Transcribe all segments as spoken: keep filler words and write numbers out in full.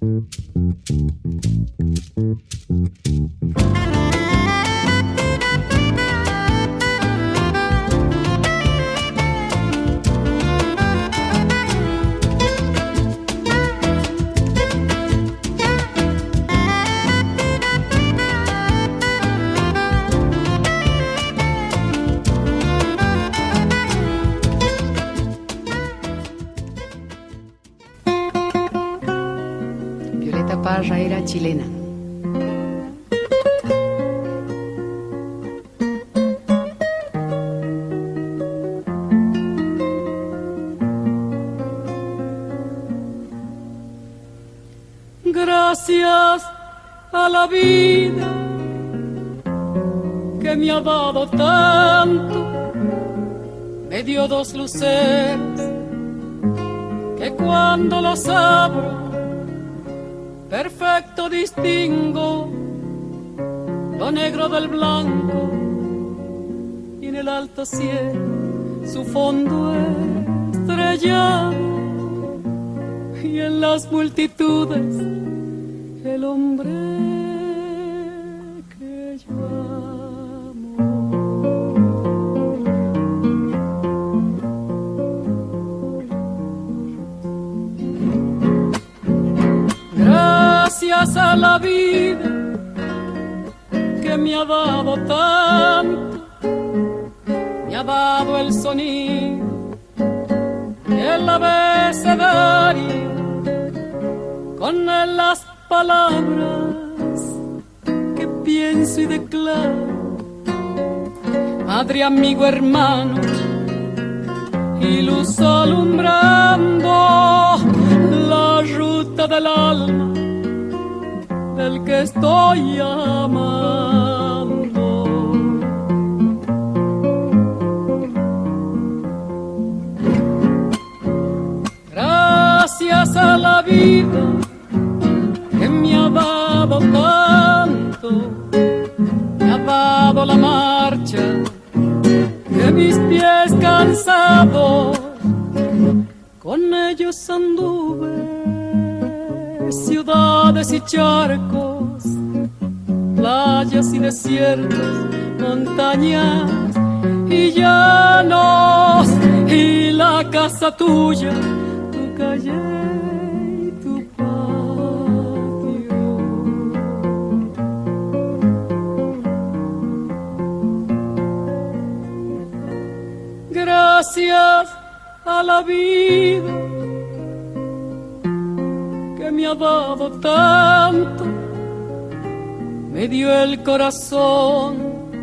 Parra era chilena. Gracias a la vida que me ha dado tanto, me dio dos luceros que cuando los abro perfecto distingo lo negro del blanco, y en el alto cielo su fondo estrellado, y en las multitudes el hombre que yo amo. Gracias a la vida que me ha dado tanto, me ha dado el sonido y el abecedario, con él las palabras que pienso y declaro. Madre, amigo, hermano y luz alumbrando la ruta del alma del que estoy amando. Gracias a la vida que me ha dado tanto, me ha dado la marcha de mis pies cansados, con ellos anduve ciudades y charcos, playas y desiertos, montañas y llanos, y la casa tuya, tu calle y tu patio. Gracias a la vida que me ha dado tanto, me dio el corazón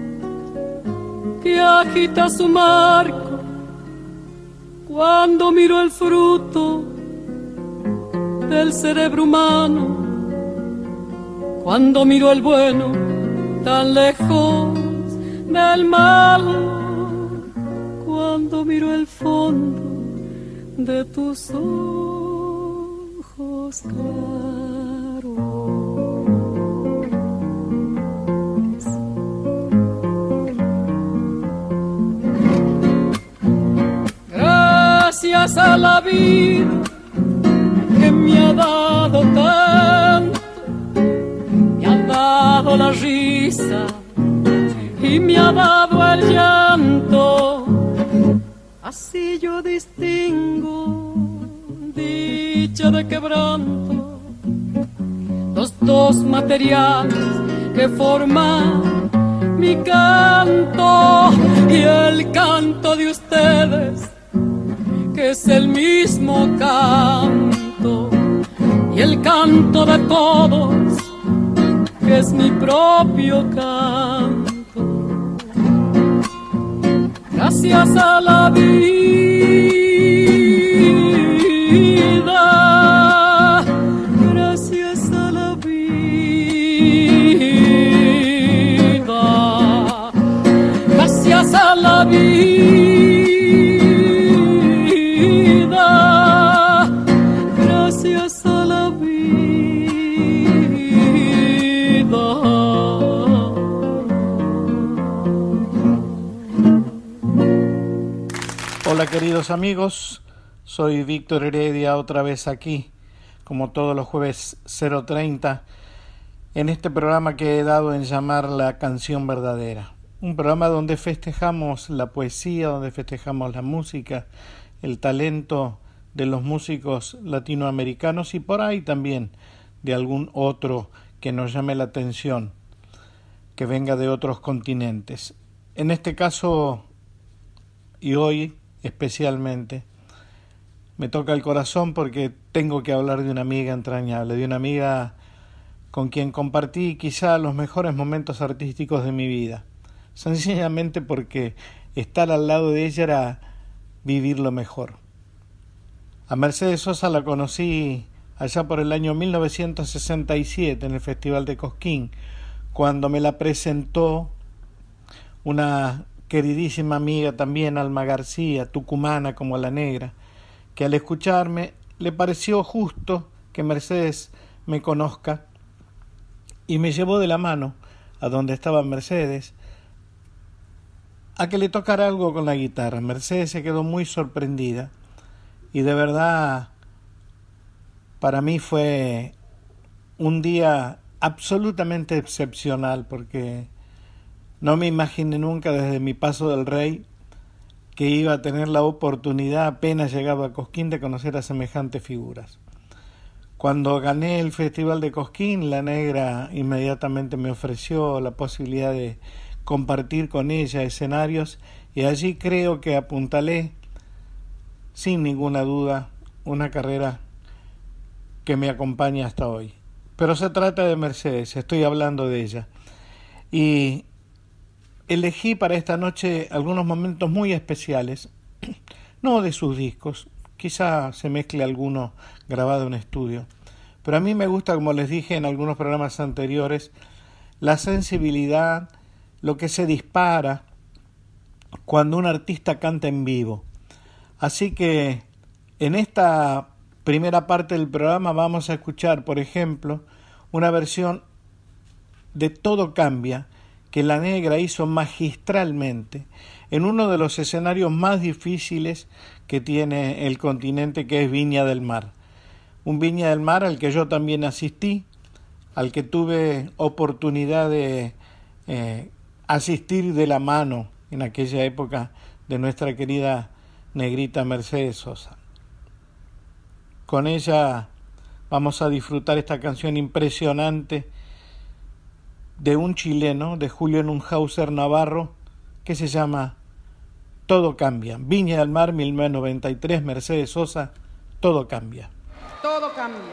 que agita su marco cuando miro el fruto del cerebro humano, cuando miro el bueno tan lejos del mal, cuando miro el fondo de tus ojos claros. Gracias a la vida que me ha dado tanto, me ha dado la risa y me ha dado el llanto, así yo distingo dicha de quebranto, los dos materiales que forman mi canto, y el canto de ustedes que es el mismo canto, y el canto de todos que es mi propio canto. Gracias a la vida, gracias a la vida, gracias a la vida, gracias a la vida. Hola queridos amigos, soy Víctor Heredia otra vez aquí como todos los jueves cero treinta, en este programa que he dado en llamar La Canción Verdadera. Un programa donde festejamos la poesía, donde festejamos la música, el talento de los músicos latinoamericanos y por ahí también de algún otro que nos llame la atención, que venga de otros continentes. En este caso, y hoy especialmente, me toca el corazón porque tengo que hablar de una amiga entrañable, de una amiga con quien compartí quizá los mejores momentos artísticos de mi vida, sencillamente porque estar al lado de ella era vivir lo mejor. A Mercedes Sosa la conocí allá por el año mil novecientos sesenta y siete en el Festival de Cosquín, cuando me la presentó una queridísima amiga también, Alma García, tucumana como la negra, que al escucharme le pareció justo que Mercedes me conozca y me llevó de la mano a donde estaba Mercedes a que le tocara algo con la guitarra. Mercedes se quedó muy sorprendida y de verdad para mí fue un día absolutamente excepcional porque no me imaginé nunca desde mi paso del Rey que iba a tener la oportunidad, apenas llegaba a Cosquín, de conocer a semejantes figuras. Cuando gané el Festival de Cosquín, la negra inmediatamente me ofreció la posibilidad de compartir con ella escenarios y allí creo que apuntalé, sin ninguna duda, una carrera que me acompaña hasta hoy. Pero se trata de Mercedes, estoy hablando de ella. Y elegí para esta noche algunos momentos muy especiales, no de sus discos, quizá se mezcle alguno grabado en estudio, pero a mí me gusta, como les dije en algunos programas anteriores, la sensibilidad, lo que se dispara cuando un artista canta en vivo. Así que en esta primera parte del programa vamos a escuchar, por ejemplo, una versión de Todo Cambia, que la negra hizo magistralmente en uno de los escenarios más difíciles que tiene el continente, que es Viña del Mar. Un Viña del Mar al que yo también asistí, al que tuve oportunidad de eh, asistir de la mano en aquella época de nuestra querida negrita Mercedes Sosa. Con ella vamos a disfrutar esta canción impresionante de un chileno, de Julio Nunhauser Navarro, que se llama Todo Cambia. Viña del Mar, mil novecientos noventa y tres, Mercedes Sosa, Todo Cambia. Todo cambia.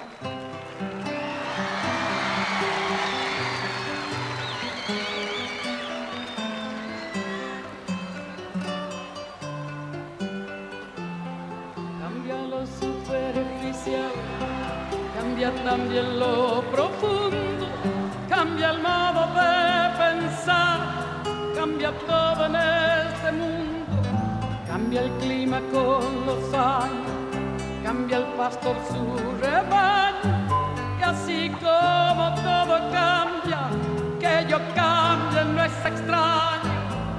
Cambia lo superficial, cambia también lo profundo, cambia el modo de pensar, cambia todo en este mundo, cambia el clima con los años, cambia el pastor su rebaño, y así como todo cambia, que yo cambie no es extraño.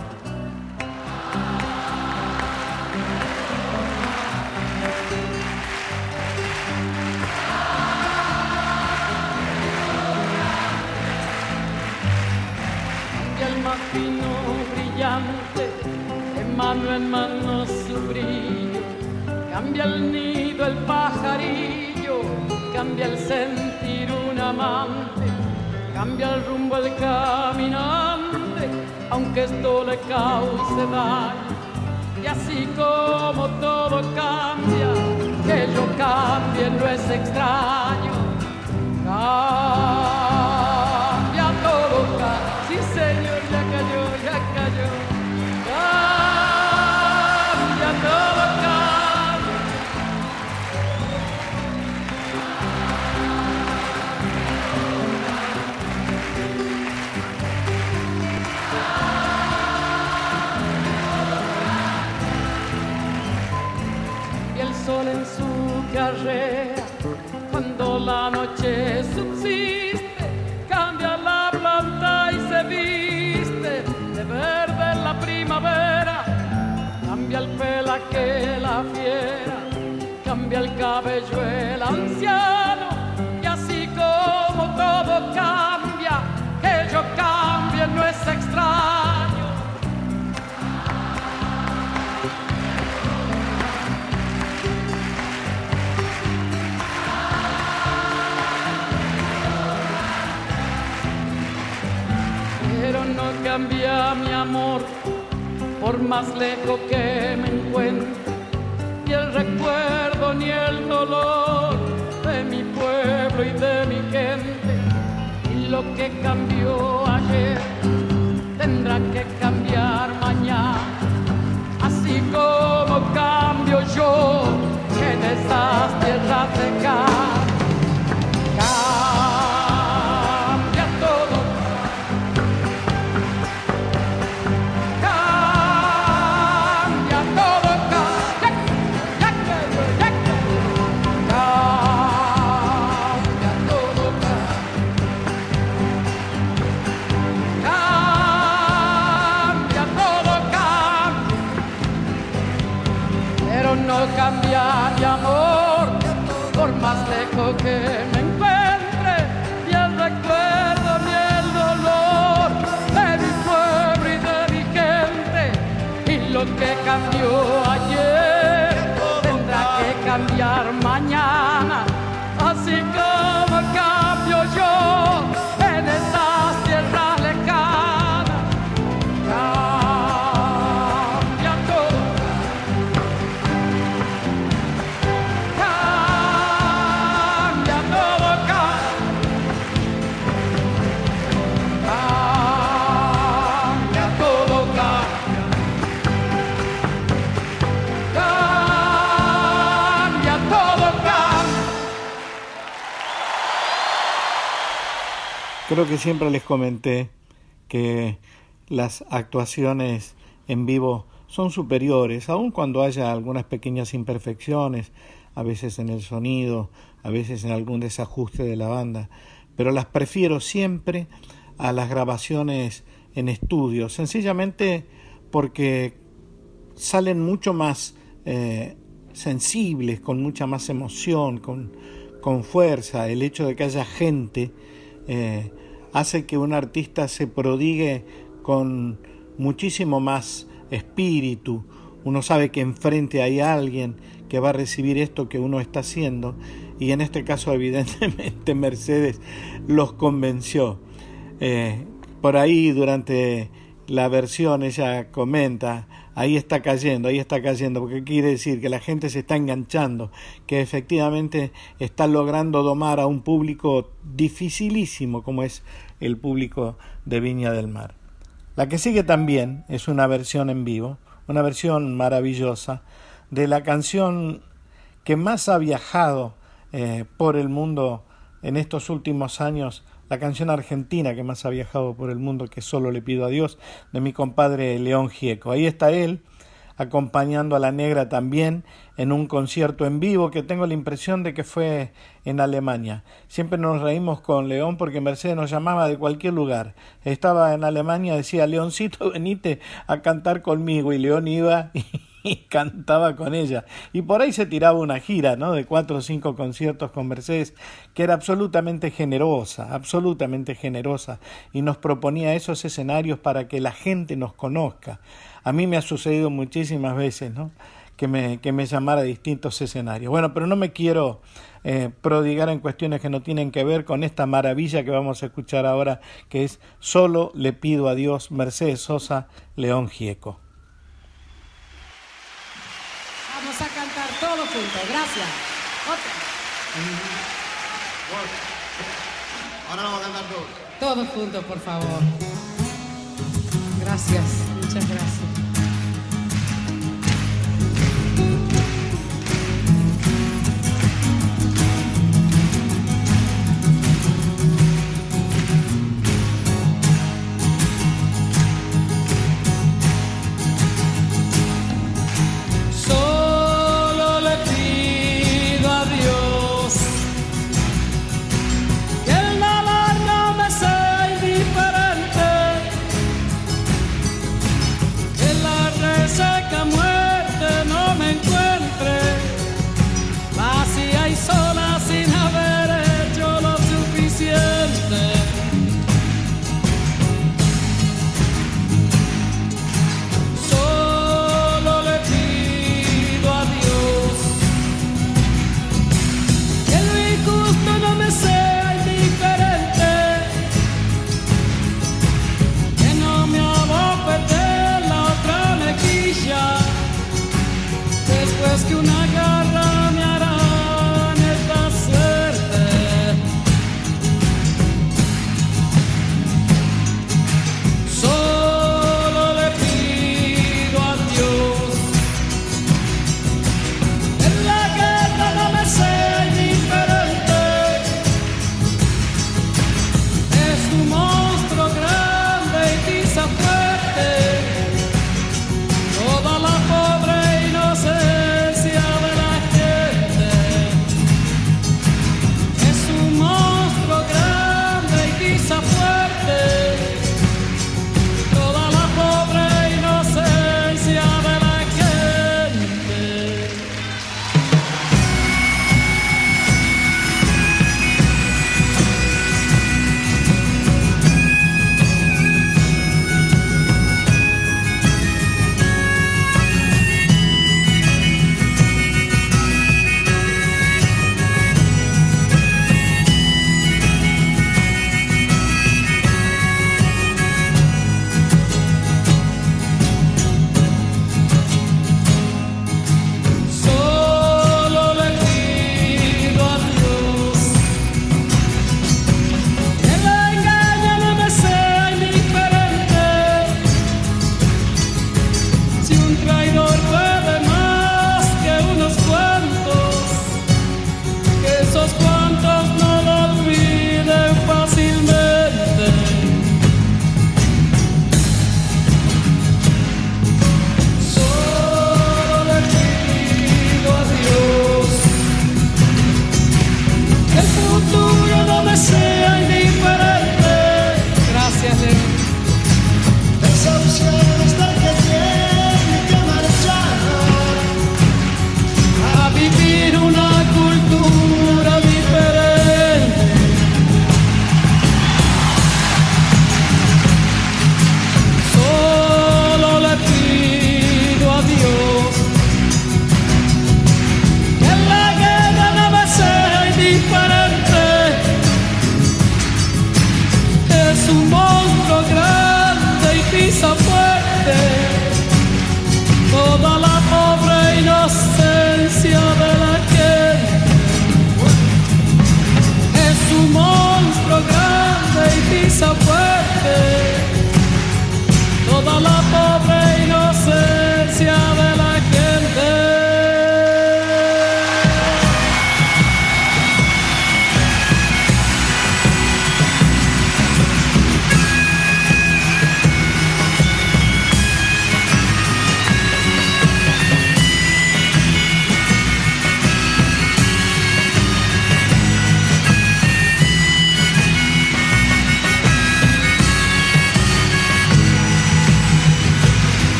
Más fino, brillante, de mano en mano su brillo, cambia el nido el pajarillo, cambia el sentir un amante, cambia el rumbo el caminante, aunque esto le cause daño, y así como todo cambia, que yo cambie no es extraño. Cambia todo, cambia. Sí, señor, ya cayó, ya cayó. Cambia, todo cambia. Y el sol en su carrera, cuando la noche subsiste, cambia la planta y se viste de verde en la primavera, cambia el pelaje la fiera, cambia el cabello el anciano, cambia mi amor por más lejos que me encuentre, ni el recuerdo ni el dolor de mi pueblo y de mi gente. Y lo que cambió ayer tendrá que cambiar mañana, así como cambio yo en esas tierras lejanas. Cambia todo, cambia todo, cambia, cambia todo, cambia todo, cambia, pero no cambia mi amor por más lejos que me encuentre, ni el recuerdo ni el dolor de mi pueblo y de mi gente. Y lo que cambió ayer tendrá que cambiar mañana, así como cambio yo en esas tierras lejanas. Cambia todo, cambia todo, cambia todo, cambia todo, cambia. Creo que siempre les comenté que las actuaciones en vivo son superiores, aun cuando haya algunas pequeñas imperfecciones, a veces en el sonido, a veces en algún desajuste de la banda, pero las prefiero siempre a las grabaciones en estudio, sencillamente porque salen mucho más eh, sensibles, con mucha más emoción, con, con fuerza. El hecho de que haya gente eh, hace que un artista se prodigue con muchísimo más espíritu. Uno sabe que enfrente hay alguien que va a recibir esto que uno está haciendo, y en este caso evidentemente Mercedes los convenció. Eh, por ahí durante la versión ella comenta: ahí está cayendo, ahí está cayendo, porque quiere decir que la gente se está enganchando, que efectivamente está logrando domar a un público dificilísimo como es el público de Viña del Mar. La que sigue también es una versión en vivo, una versión maravillosa de la canción que más ha viajado eh, por el mundo en estos últimos años, la canción argentina que más ha viajado por el mundo, que Solo le pido a Dios, de mi compadre León Gieco. Ahí está él, acompañando a La Negra también en un concierto en vivo que tengo la impresión de que fue en Alemania. Siempre nos reímos con León porque Mercedes nos llamaba de cualquier lugar. Estaba en Alemania, decía: Leoncito, venite a cantar conmigo, y León iba y y cantaba con ella, y por ahí se tiraba una gira, ¿no?, de cuatro o cinco conciertos con Mercedes, que era absolutamente generosa, absolutamente generosa, y nos proponía esos escenarios para que la gente nos conozca. A mí me ha sucedido muchísimas veces, ¿no?, que me, que me llamara a distintos escenarios. Bueno, pero no me quiero eh, prodigar en cuestiones que no tienen que ver con esta maravilla que vamos a escuchar ahora, que es Solo le pido a Dios, Mercedes Sosa, León Gieco. Vamos a cantar todos juntos, gracias. Otra. Ahora vamos a cantar todos. Todos juntos, por favor. Gracias, muchas gracias. El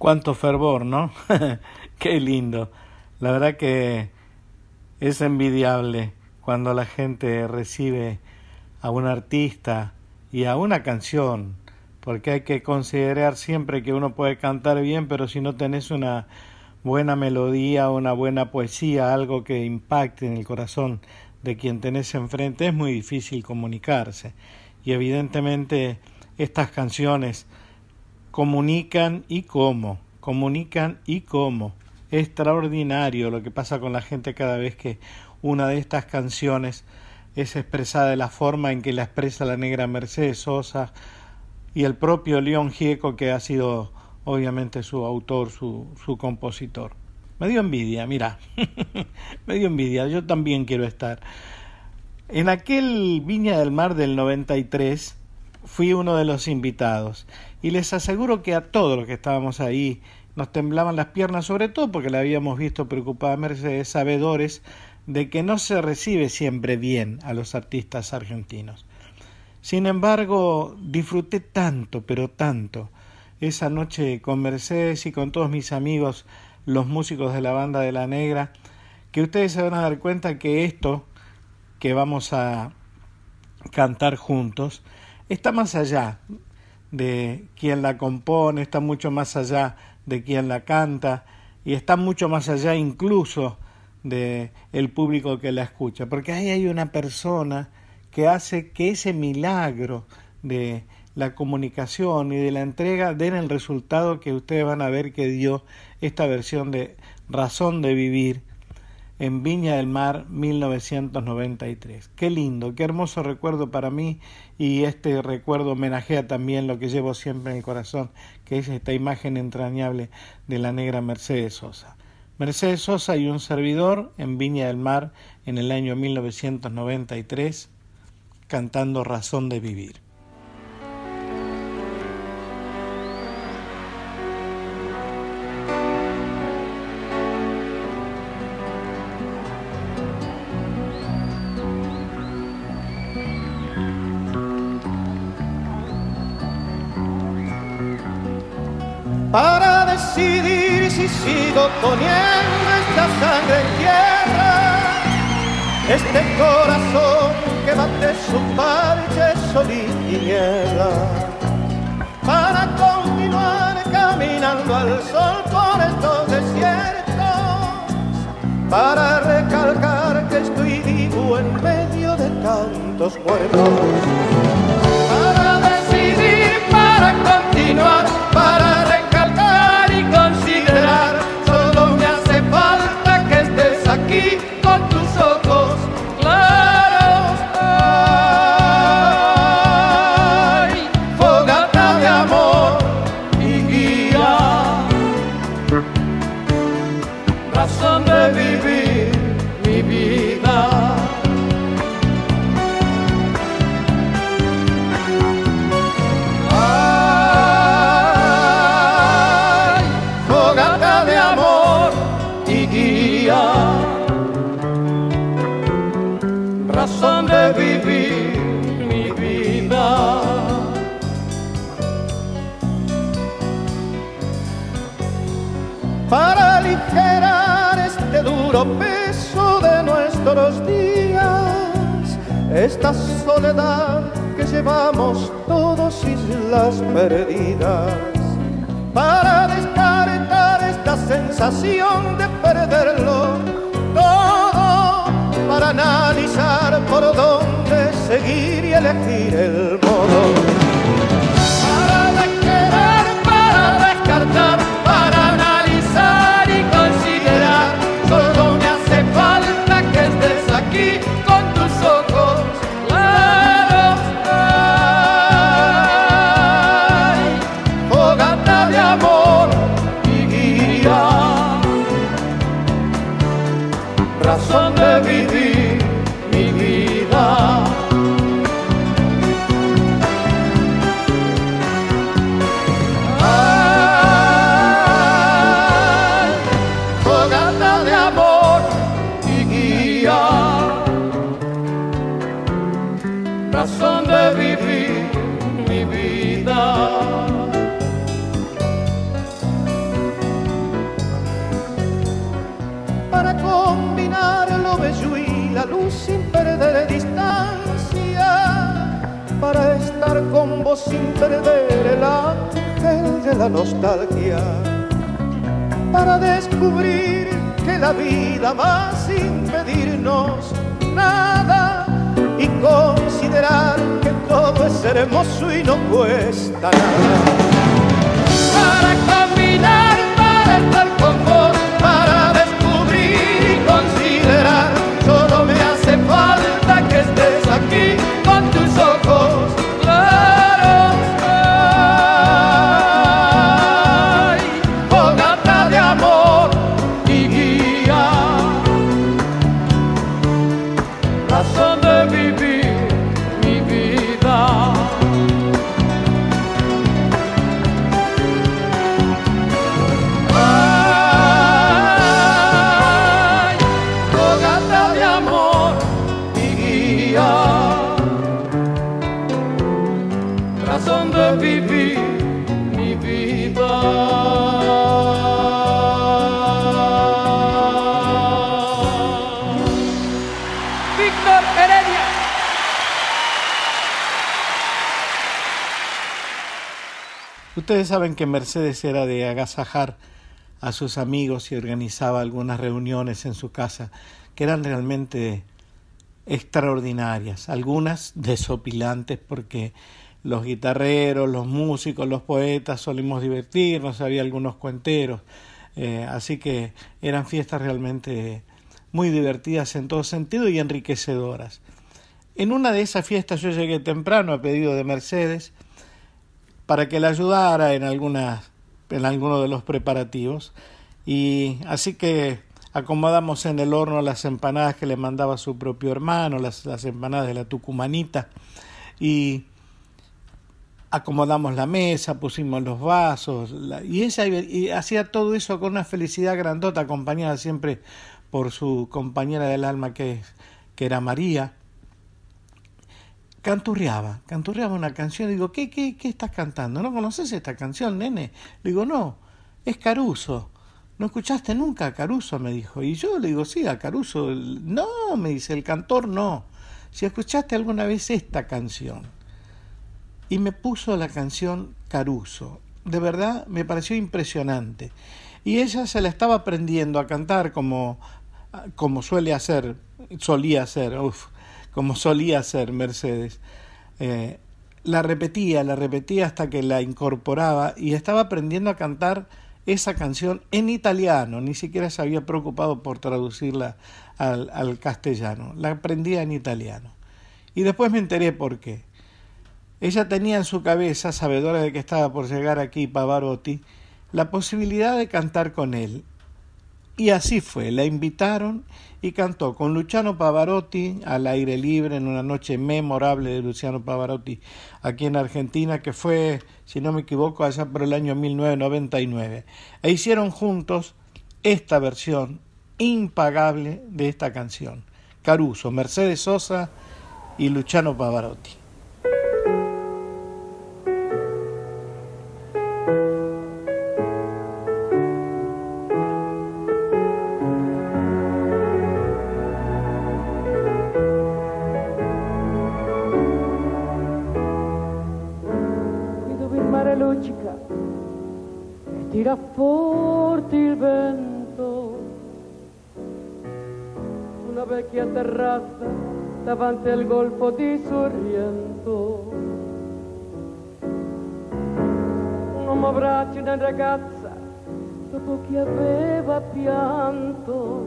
cuánto fervor, ¿no? Qué lindo. La verdad que es envidiable cuando la gente recibe a un artista y a una canción, porque hay que considerar siempre que uno puede cantar bien, pero si no tenés una buena melodía, una buena poesía, algo que impacte en el corazón de quien tenés enfrente, es muy difícil comunicarse. Y evidentemente estas canciones comunican y cómo, comunican y cómo. Es extraordinario lo que pasa con la gente cada vez que una de estas canciones es expresada de la forma en que la expresa la negra Mercedes Sosa y el propio León Gieco, que ha sido obviamente su autor, su, su compositor. Me dio envidia, mira, me dio envidia, yo también quiero estar. En aquel Viña del Mar del noventa y tres fui uno de los invitados y les aseguro que a todos los que estábamos ahí nos temblaban las piernas, sobre todo porque la habíamos visto preocupada Mercedes, sabedores de que no se recibe siempre bien a los artistas argentinos. Sin embargo, disfruté tanto, pero tanto, esa noche con Mercedes y con todos mis amigos, los músicos de la Banda de la Negra, que ustedes se van a dar cuenta que esto que vamos a cantar juntos está más allá de quien la compone, está mucho más allá de quien la canta y está mucho más allá incluso de el público que la escucha, porque ahí hay una persona que hace que ese milagro de la comunicación y de la entrega den el resultado que ustedes van a ver que dio esta versión de Razón de Vivir en Viña del Mar mil novecientos noventa y tres. Qué lindo, qué hermoso recuerdo para mí, y este recuerdo homenajea también lo que llevo siempre en el corazón, que es esta imagen entrañable de la negra Mercedes Sosa. Mercedes Sosa y un servidor en Viña del Mar en el año mil novecientos noventa y tres, cantando Razón de Vivir. Para decidir si sigo poniendo esta sangre en tierra, este corazón que bate su parche sol y tiniebla, para continuar caminando al sol por estos desiertos, para recalcar que estoy vivo en medio de tantos muertos, para decidir, para continuar, para recalcar y considerar, solo me hace falta que estés aquí con tus ojos claros. Ay, fogata de amor y guía, razón de vivir mi vida. Razón de vivir mi vida. Para aligerar este duro peso de nuestros días, esta soledad que llevamos todos islas perdidas, para descartar esta sensación de perderlo todo, para analizar por dónde seguir y elegir el modo, para querer, para descartar, para analizar y considerar, solo me hace falta que estés aquí con tus ojos claros. Ay, fogata de amor y guía, razón de vivir mi vida. Ay, fogata de amor y guía, razón de vivir mi vida. la luz sin perder distancia, para estar con vos sin perder el ángel de la nostalgia, para descubrir que la vida va sin pedirnos nada y considerar que todo es hermoso y no cuesta nada. Para caminar, para estar con vos, para descubrir y considerar, solo me hace falta que estés aquí con tus ojos claros. Ay, fogata de amor y guía, razón de vivir mi vida. Ay, fogata de amor y guía, razón de vivir mi vida. Víctor Heredia. Ustedes saben que Mercedes era de agasajar a sus amigos y organizaba algunas reuniones en su casa que eran realmente extraordinarias, algunas desopilantes porque los guitarreros, los músicos, los poetas solimos divertirnos, había algunos cuenteros, eh, así que eran fiestas realmente muy divertidas en todo sentido y enriquecedoras. En una de esas fiestas yo llegué temprano a pedido de Mercedes para que la ayudara en algunas, en alguno de los preparativos, y así que acomodamos en el horno las empanadas que le mandaba su propio hermano, las, las empanadas de la tucumanita, y acomodamos la mesa, pusimos los vasos, la, y ella y hacía todo eso con una felicidad grandota, acompañada siempre por su compañera del alma que, que era María. Canturreaba, canturreaba una canción. Digo, ¿qué, qué, qué estás cantando? ¿No conoces esta canción, nene? Le digo, no, es Caruso. ¿No escuchaste nunca a Caruso? Me dijo. Y yo le digo, sí, a Caruso. No, me dice, el cantor no. Si escuchaste alguna vez esta canción. Y me puso la canción Caruso. De verdad, me pareció impresionante. Y ella se la estaba aprendiendo a cantar como, como suele hacer, solía hacer, uff. como solía hacer Mercedes. Eh, la repetía, la repetía hasta que la incorporaba y estaba aprendiendo a cantar esa canción en italiano, ni siquiera se había preocupado por traducirla al, al castellano, la aprendía en italiano. Y después me enteré por qué. Ella tenía en su cabeza, sabedora de que estaba por llegar aquí Pavarotti, la posibilidad de cantar con él. Y así fue, la invitaron y cantó con Luciano Pavarotti al aire libre en una noche memorable de Luciano Pavarotti aquí en Argentina, que fue, si no me equivoco, allá por el año mil novecientos noventa y nueve. E hicieron juntos esta versión impagable de esta canción. Caruso, Mercedes Sosa y Luciano Pavarotti. Tira forte il vento, una vecchia terrazza davanti al golfo di Sorrento. Un uomo abbraccia una ragazza dopo che aveva pianto,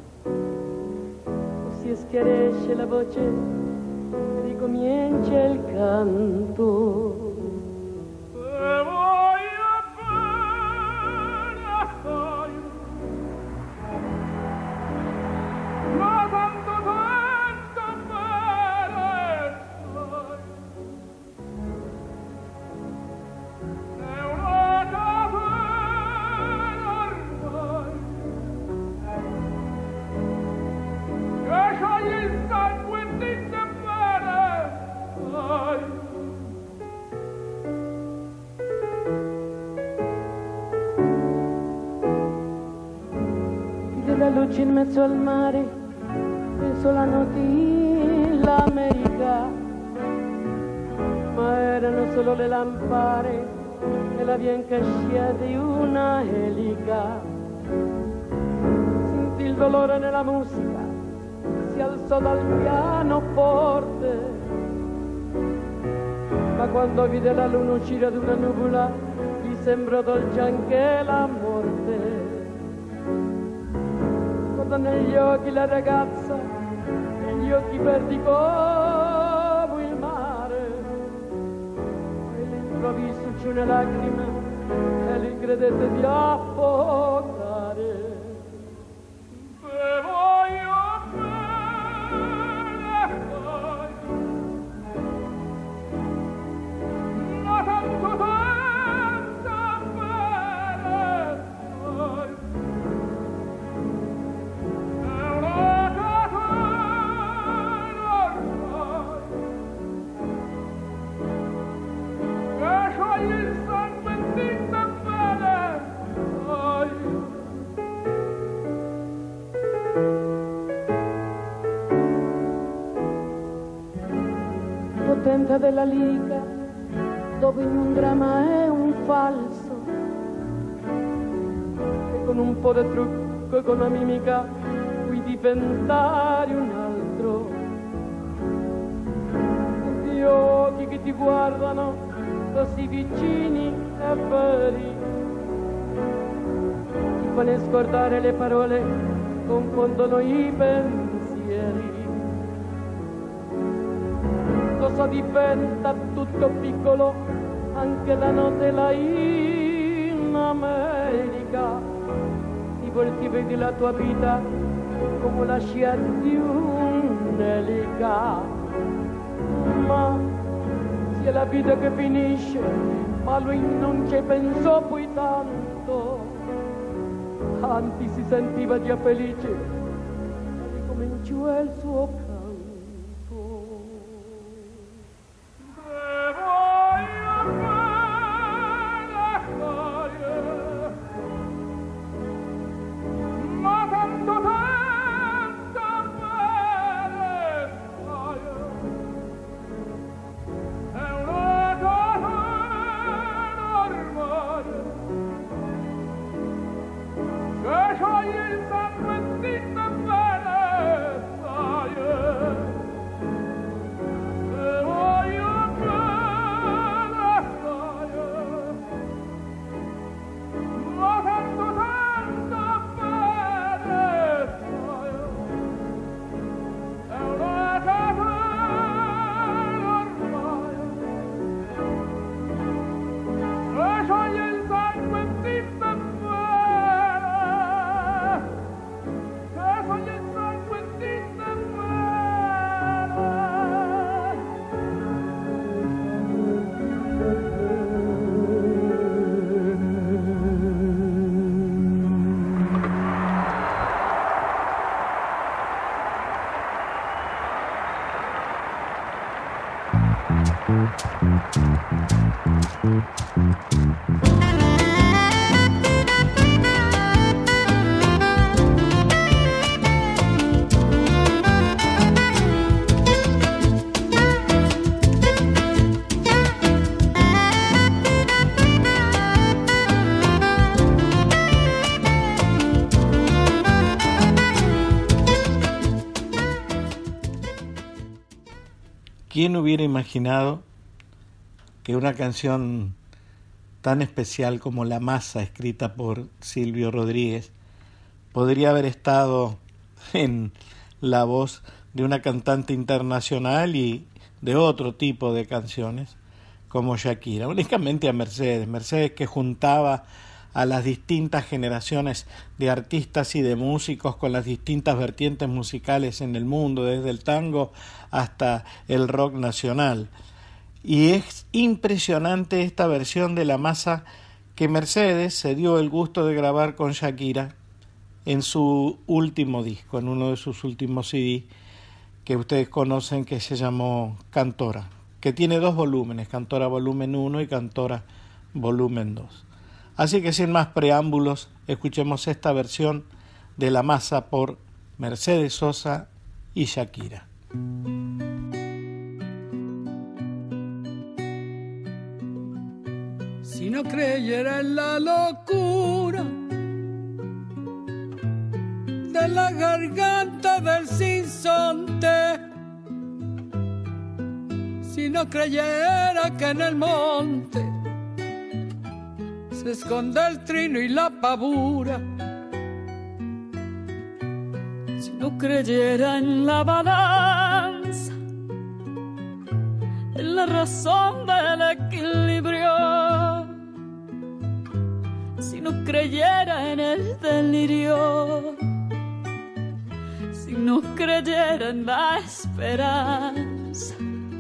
si schiarisce la voce e ricomincia il canto. luce in mezzo al mare penso la notte l'America, ma erano solo le lampare e la bianca scia di una elica. Sentì il dolore nella musica, si alzò dal pianoforte, ma quando vide la luna uscire da una nuvola gli sembrò dolce anche la morte. Guarda negli occhi la ragazza, negli occhi verdi come il mare, e all'improvviso uscì una lacrima e li credette di affogare. E voglio potente della lirica, dove in un dramma è un falso, e con un po' di trucco e con una mimica puoi diventare un altro. Gli occhi che ti guardano così vicini e veri ti fanno scordare le parole, confondono i pensieri. Cosa diventa tutto piccolo anche la notte là in America, ti volti vedi la tua vita come la scia di un'elica. Ma sia la vita che finisce, ma lui non ci pensò poi tanto, anzi si sentiva già felice e ricominciò il suo canto. ¿Quién hubiera imaginado que una canción tan especial como La Masa, escrita por Silvio Rodríguez, podría haber estado en la voz de una cantante internacional y de otro tipo de canciones como Shakira? Únicamente a Mercedes, Mercedes que juntaba a las distintas generaciones de artistas y de músicos con las distintas vertientes musicales en el mundo, desde el tango hasta el rock nacional. Y es impresionante esta versión de La Masa que Mercedes se dio el gusto de grabar con Shakira en su último disco, en uno de sus últimos C D que ustedes conocen, que se llamó Cantora, que tiene dos volúmenes, Cantora volumen uno y Cantora volumen dos. Así que sin más preámbulos, escuchemos esta versión de La Masa por Mercedes Sosa y Shakira. Si no creyera en la locura de la garganta del sinsonte, si no creyera que en el monte se esconde el trino y la pavura, si no creyera en la balanza, en la razón del equilibrio, si no creyera en el delirio, si no creyera en la esperanza,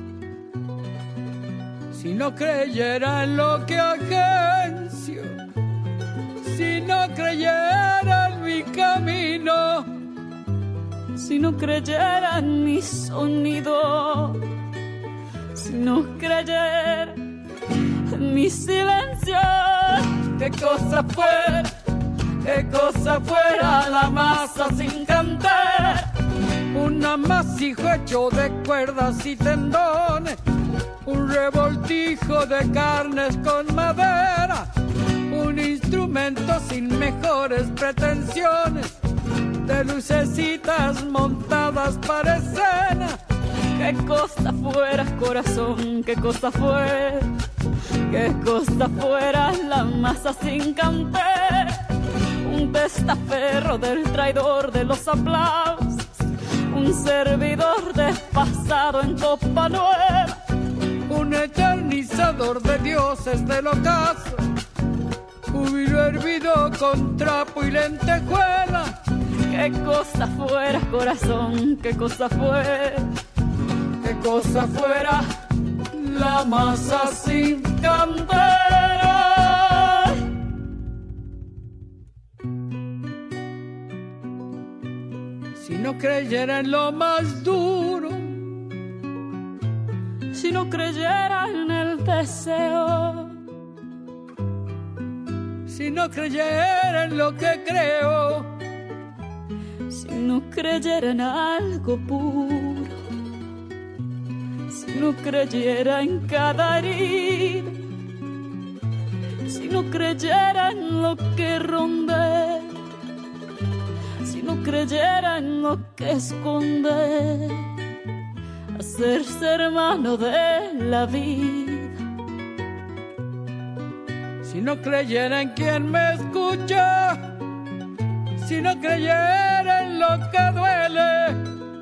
si no creyera en lo que agencio, si no creyera en mi camino, si no creyera en mi sonido, si no creyera en mi silencio, qué cosa fuera, qué cosa fuera la masa sin cantar, un amasijo hecho de cuerdas y tendones, un revoltijo de carnes con madera, un instrumento sin mejores pretensiones, de lucecitas montadas para escena. Qué cosa fuera, corazón, qué cosa fuera, qué cosa fuera la masa sin cantar, un testaferro del traidor de los aplausos, un servidor despasado en copa nueva, un eternizador de dioses del ocaso, júbilo hervido con trapo y lentejuela. Qué cosa fuera, corazón, qué cosa fuera, qué cosa fuera la masa sin cantera. Si no creyera en lo más duro, si no creyera en el deseo, si no creyera en lo que creo, si no creyera en algo puro, si no creyera en cada herida, si no creyera en lo que ronde, si no creyera en lo que esconde, hacerse hermano de la vida, si no creyera en quien me escucha, si no creyera en lo que duele,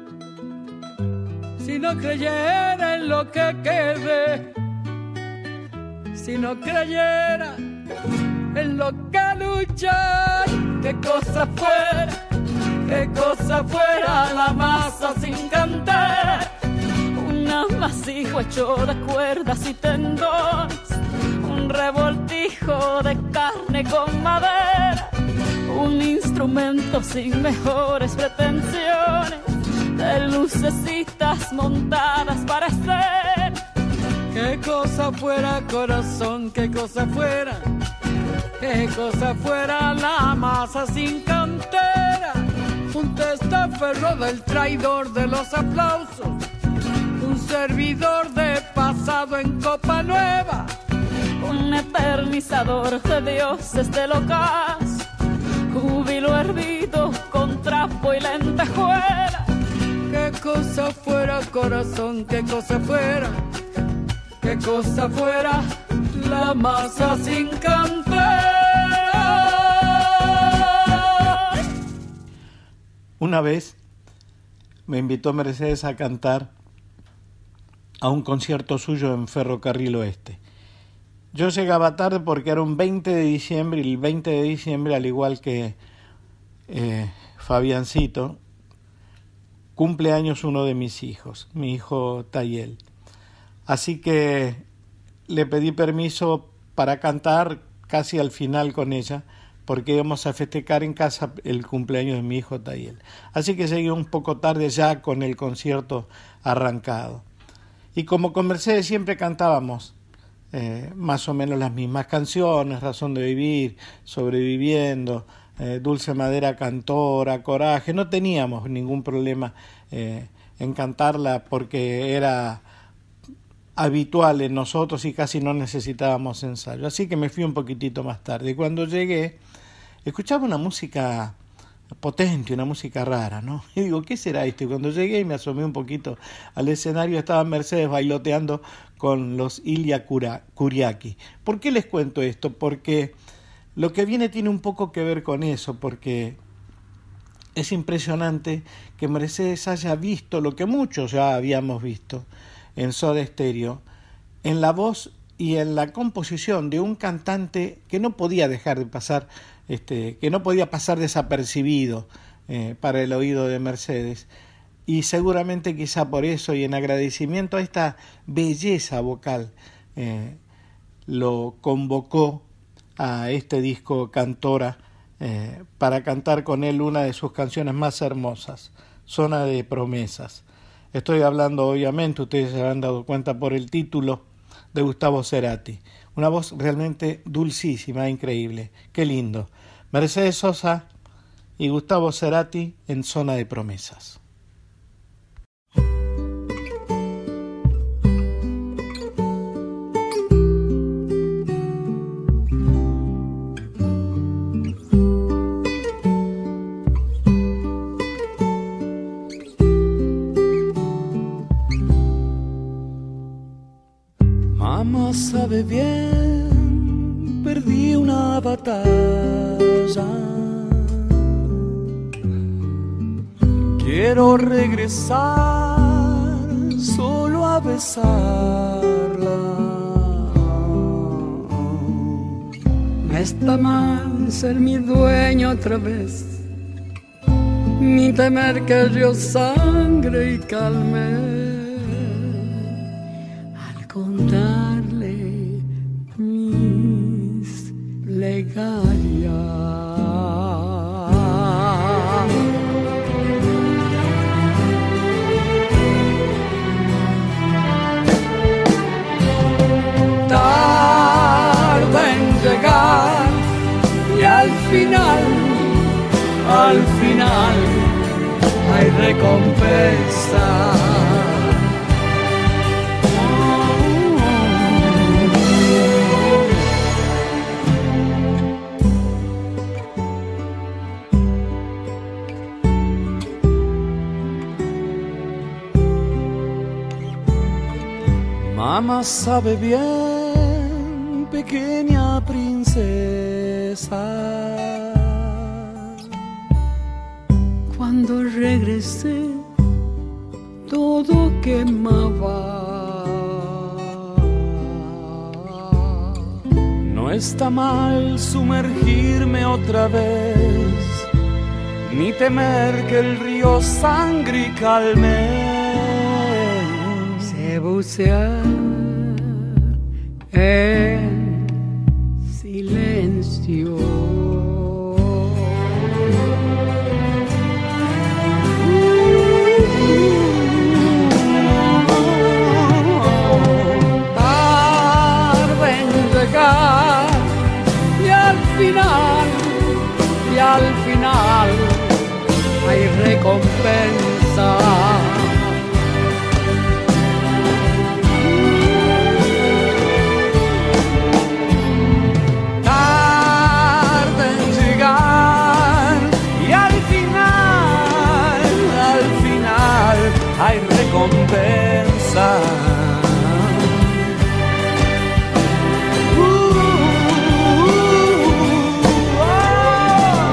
si no creyera en lo que quede, si no creyera en lo que lucha, qué cosa fuera, qué cosa fuera la masa sin cantar, un amasijo hecho de cuerdas y tendones, un revoltijo de carne con madera, un instrumento sin mejores pretensiones, de lucecitas montadas para ser. Qué cosa fuera, corazón, qué cosa fuera, qué cosa fuera la masa sin cantera, un testaferro del traidor de los aplausos, un servidor de pasado en copa nueva, un eternizador de dioses del ocaso, júbilo hervido con trapo y lentejuela. Qué cosa fuera, corazón, qué cosa fuera, qué cosa fuera la masa sin cantar. Una vez me invitó Mercedes a cantar a un concierto suyo en Ferrocarril Oeste. Yo llegaba tarde porque era un veinte de diciembre, y el veinte de diciembre, al igual que eh, Fabiancito, cumple años uno de mis hijos, mi hijo Tayel. Así que le pedí permiso para cantar casi al final con ella, porque íbamos a festejar en casa el cumpleaños de mi hijo Tayel. Así que llegué un poco tarde ya con el concierto arrancado. Y como con Mercedes siempre cantábamos eh, más o menos las mismas canciones, Razón de Vivir, Sobreviviendo, eh, Dulce Madera Cantora, Coraje, no teníamos ningún problema eh, en cantarla porque era habitual en nosotros y casi no necesitábamos ensayo. Así que me fui un poquitito más tarde. Y cuando llegué, escuchaba una música potente, una música rara, ¿no? Y digo, ¿qué será esto? Y cuando llegué y me asomé un poquito al escenario, estaba Mercedes bailoteando con los Ilia Kuriaki. ¿Por qué les cuento esto? Porque lo que viene tiene un poco que ver con eso, porque es impresionante que Mercedes haya visto lo que muchos ya habíamos visto en Soda Stereo, en la voz y en la composición de un cantante que no podía dejar de pasar, este, que no podía pasar desapercibido eh, para el oído de Mercedes. Y seguramente quizá por eso y en agradecimiento a esta belleza vocal eh, lo convocó a este disco Cantora eh, para cantar con él una de sus canciones más hermosas, Zona de Promesas. Estoy hablando, obviamente, ustedes se habrán dado cuenta por el título, de Gustavo Cerati. Una voz realmente dulcísima, increíble. Qué lindo. Mercedes Sosa y Gustavo Cerati en Zona de Promesas. Mamá sabe bien, perdí una batalla. Quiero regresar solo a besarla. No está mal ser mi dueño otra vez, ni temer que el río sangre y calme. Contarle mis plegarias. Tarda en llegar y al final, al final hay recompensa. Mamá sabe bien, pequeña princesa. Cuando regresé, todo quemaba. No está mal sumergirme otra vez, ni temer que el río sangre calme. Bucear en silencio. Tarde en llegar y al final, y al final hay recompensa. Hay recompensa. Uh, uh, oh.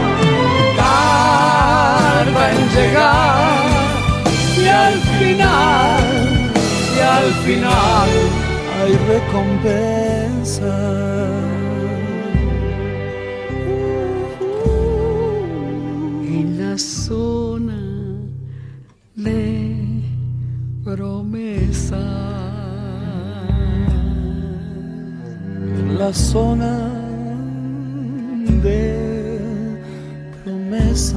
Tarda en llegar y al final, y al final hay recompensa. Uh, uh, en la zona de promesa, la zona de promesas,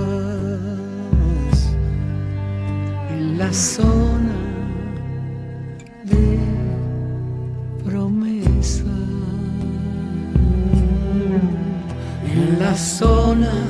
en la zona de promesa, en la zona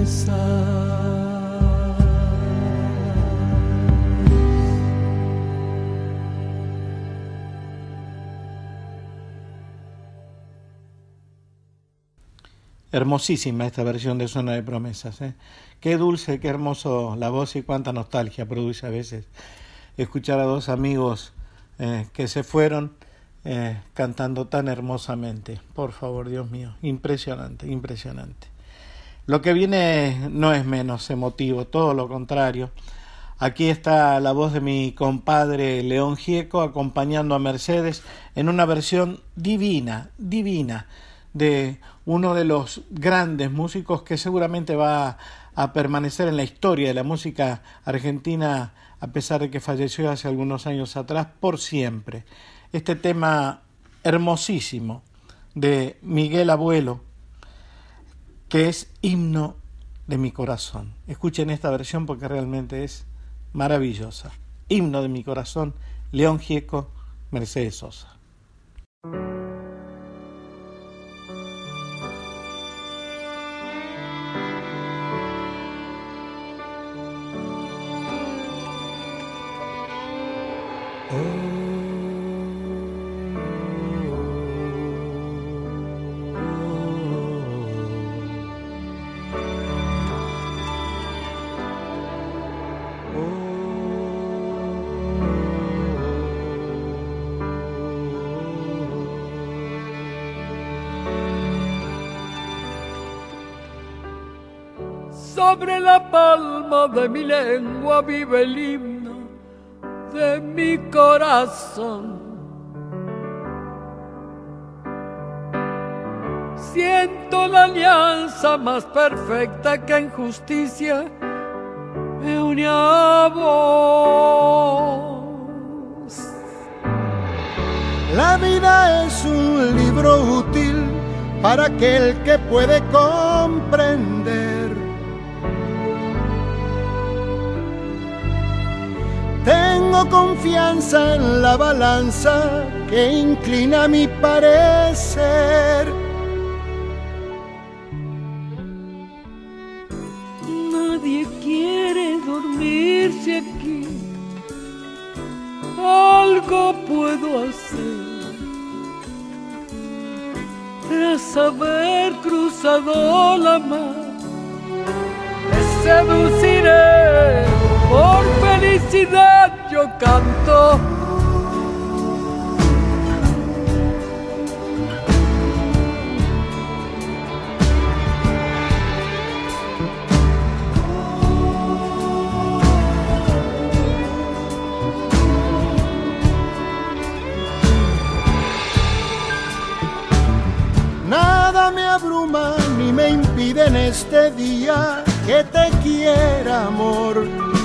Hermosísima esta versión de Zona de Promesas, ¿eh? Qué dulce, qué hermoso la voz y cuánta nostalgia produce a veces escuchar a dos amigos eh, que se fueron eh, cantando tan hermosamente. Por favor, Dios mío, impresionante, impresionante. Lo que viene no es menos emotivo, todo lo contrario. Aquí está la voz de mi compadre León Gieco acompañando a Mercedes en una versión divina, divina, de uno de los grandes músicos que seguramente va a permanecer en la historia de la música argentina, a pesar de que falleció hace algunos años atrás, por siempre. Este tema hermosísimo de Miguel Abuelo, que es Himno de mi corazón. Escuchen esta versión porque realmente es maravillosa. Himno de mi corazón, León Gieco, Mercedes Sosa. Sobre la palma de mi lengua vive el himno de mi corazón. Siento la alianza más perfecta que en justicia me une a vos. La vida es un libro útil para aquel que puede comprender. Tengo confianza en la balanza que inclina mi parecer. Nadie quiere dormirse aquí. Algo puedo hacer tras haber cruzado la mar. Te seduciré. Por felicidad yo canto. Nada me abruma ni me impide en este día que te quiera, amor.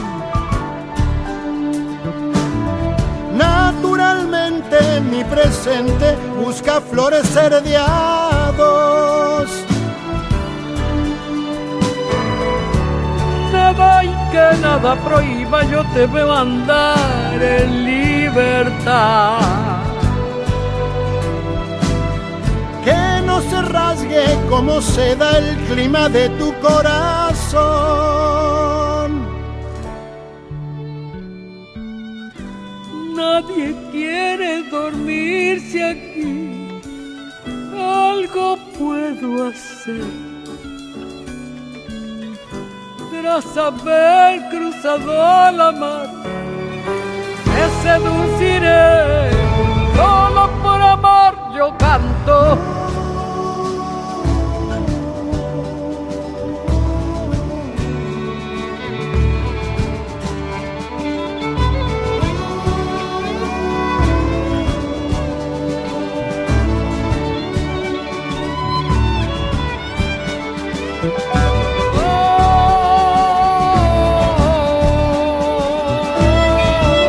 Naturalmente mi presente busca florecer de a dos. Nada y que nada prohíba, yo te veo andar en libertad. Que no se rasgue como seda el clima de tu corazón. Nadie quiere dormirse aquí. Algo puedo hacer tras haber cruzado la mar. Te seduciré, solo por amor yo canto.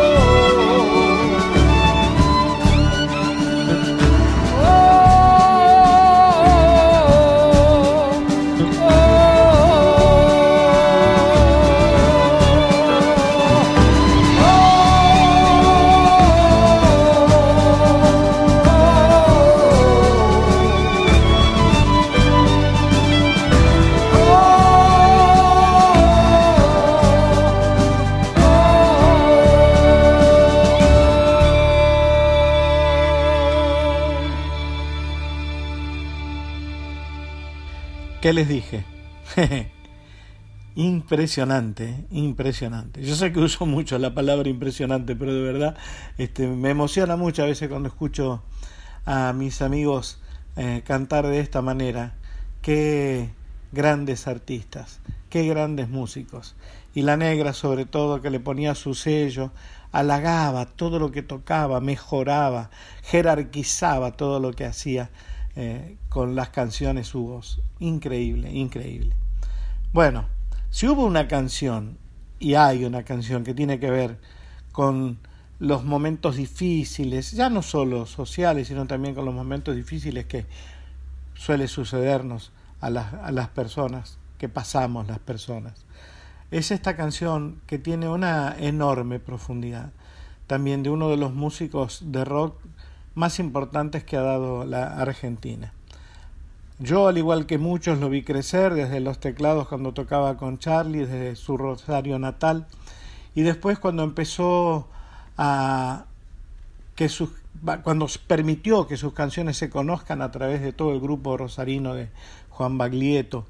Oh, ¿Qué les dije? Impresionante, impresionante. Yo sé que uso mucho la palabra impresionante, pero de verdad este, me emociona mucho a veces cuando escucho a mis amigos eh, cantar de esta manera. Qué grandes artistas, qué grandes músicos. Y La Negra, sobre todo, que le ponía su sello, halagaba todo lo que tocaba, mejoraba, jerarquizaba todo lo que hacía eh, con las canciones, su voz. Increíble, increíble. Bueno, si hubo una canción, y hay una canción que tiene que ver con los momentos difíciles, ya no solo sociales, sino también con los momentos difíciles que suele sucedernos a las, a las personas, que pasamos las personas, es esta canción que tiene una enorme profundidad, también de uno de los músicos de rock más importantes que ha dado la Argentina. Yo, al igual que muchos, lo vi crecer desde los teclados cuando tocaba con Charlie, desde su Rosario natal, y después cuando empezó a que sus cuando permitió que sus canciones se conozcan a través de todo el grupo rosarino de Juan Baglietto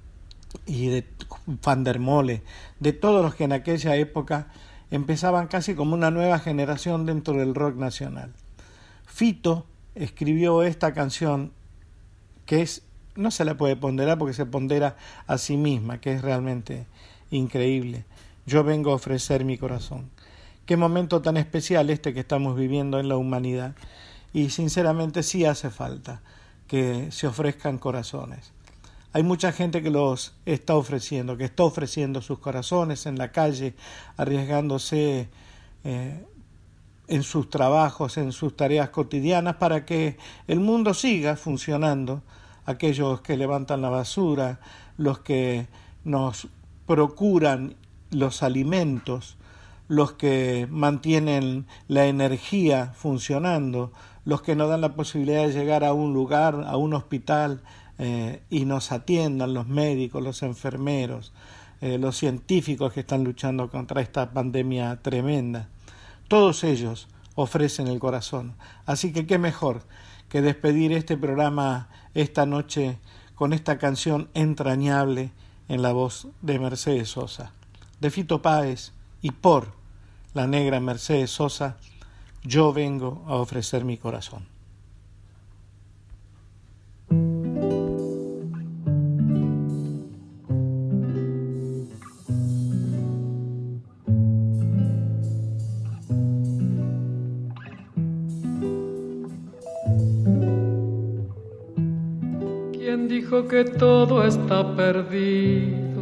y de Van der Mole, de todos los que en aquella época empezaban casi como una nueva generación dentro del rock nacional. Fito escribió esta canción que es, no se la puede ponderar porque se pondera a sí misma, que es realmente increíble. Yo vengo a ofrecer mi corazón. Qué momento tan especial este que estamos viviendo en la humanidad, y sinceramente sí hace falta que se ofrezcan corazones. Hay mucha gente que los está ofreciendo, que está ofreciendo sus corazones en la calle, arriesgándose eh, en sus trabajos, en sus tareas cotidianas, para que el mundo siga funcionando. Aquellos que levantan la basura, los que nos procuran los alimentos, los que mantienen la energía funcionando, los que nos dan la posibilidad de llegar a un lugar, a un hospital, eh, y nos atiendan, los médicos, los enfermeros, eh, los científicos que están luchando contra esta pandemia tremenda. Todos ellos ofrecen el corazón. Así que qué mejor que despedir este programa esta noche con esta canción entrañable en la voz de Mercedes Sosa, de Fito Páez y por la negra Mercedes Sosa. Yo vengo a ofrecer mi corazón. ¿Quién dijo que todo está perdido?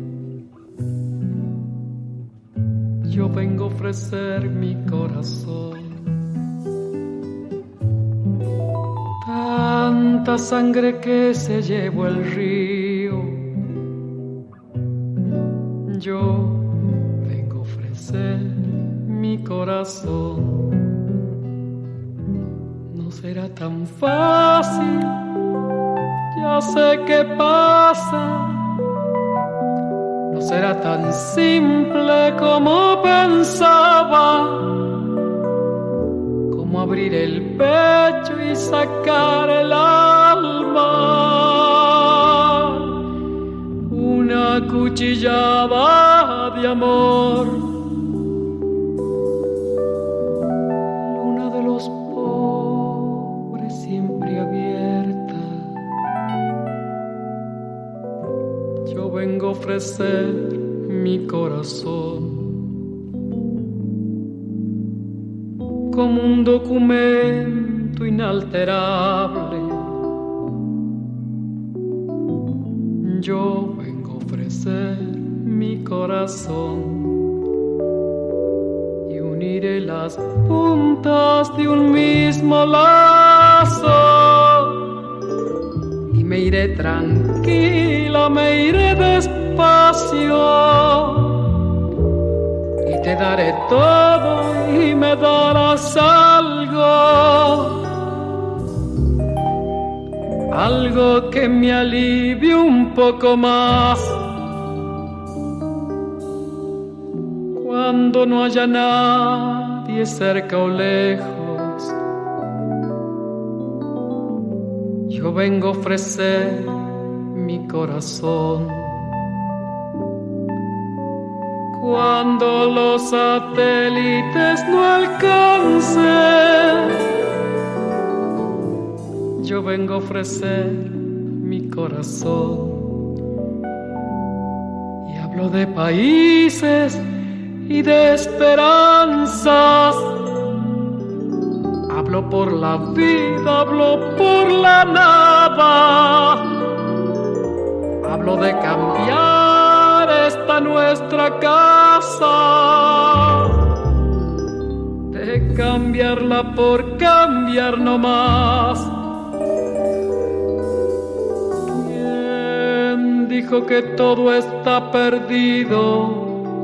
Yo vengo a ofrecer mi corazón. Tanta sangre que se llevó el río. Yo vengo a ofrecer mi corazón. No será tan fácil, ya sé qué pasa. No será tan simple como pensaba, como abrir el pecho y sacar el alma. Una cuchillada de amor, luna de los pobres siempre abierta. Yo vengo a ofrecer mi corazón como un documento inalterable. Yo vengo a ofrecer mi corazón y uniré las puntas de un mismo lazo. Y me iré tranquila, me iré despacio, y te daré todo y me darás algo, algo que me alivie un poco más. Cuando no haya nadie cerca o lejos, yo vengo a ofrecer mi mi corazón. Cuando los satélites no alcancen, yo vengo a ofrecer mi corazón. Y hablo de países y de esperanzas. Hablo por la vida, hablo por la nada. Hablo de cambiar esta nuestra casa, de cambiarla por cambiar no más. ¿Quién dijo que todo está perdido?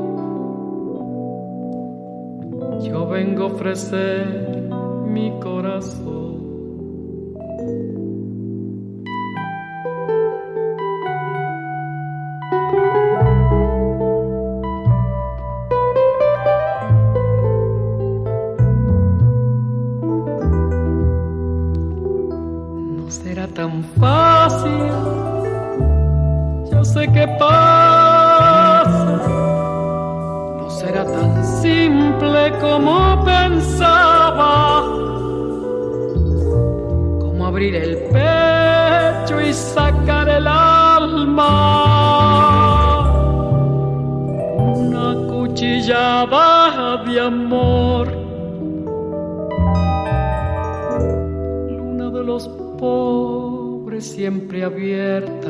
Yo vengo a ofrecer mi corazón. No será tan fácil, yo sé que pasa. No será tan simple como pensaba, como abrir el pecho y sacar el alma, una cuchillada de amor. Luna de los pobres siempre abierta,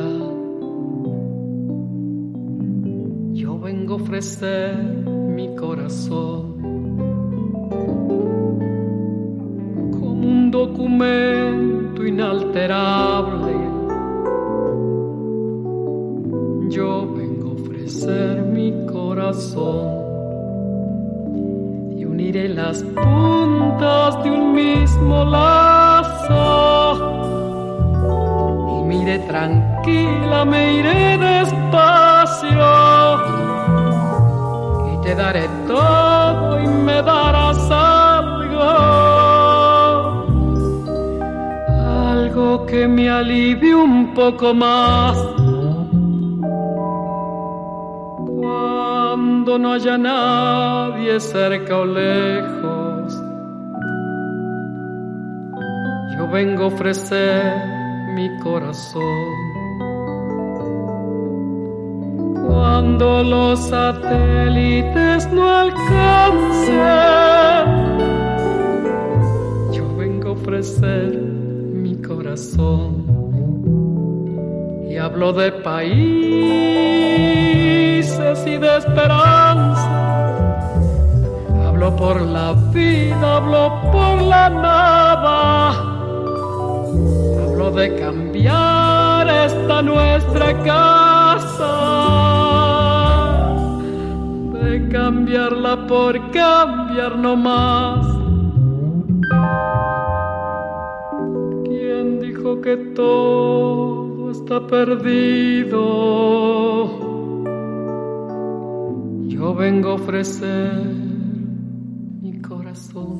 yo vengo a ofrecer mi corazón como un documento inalterable. Yo vengo a ofrecer mi corazón y uniré las puntas de un mismo lazo. Y me iré tranquila, me iré despacio. Te daré todo y me darás algo, algo que me alivie un poco más. Cuando no haya nadie cerca o lejos, yo vengo a ofrecer mi corazón. Cuando los satélites no alcancen, yo vengo a ofrecer mi corazón. Y hablo de países y de esperanza. Hablo por la vida, hablo por la nada. Hablo de cambiar esta nuestra casa, de cambiarla por cambiar no más. ¿Quién dijo que todo está perdido? Yo vengo a ofrecer mi corazón.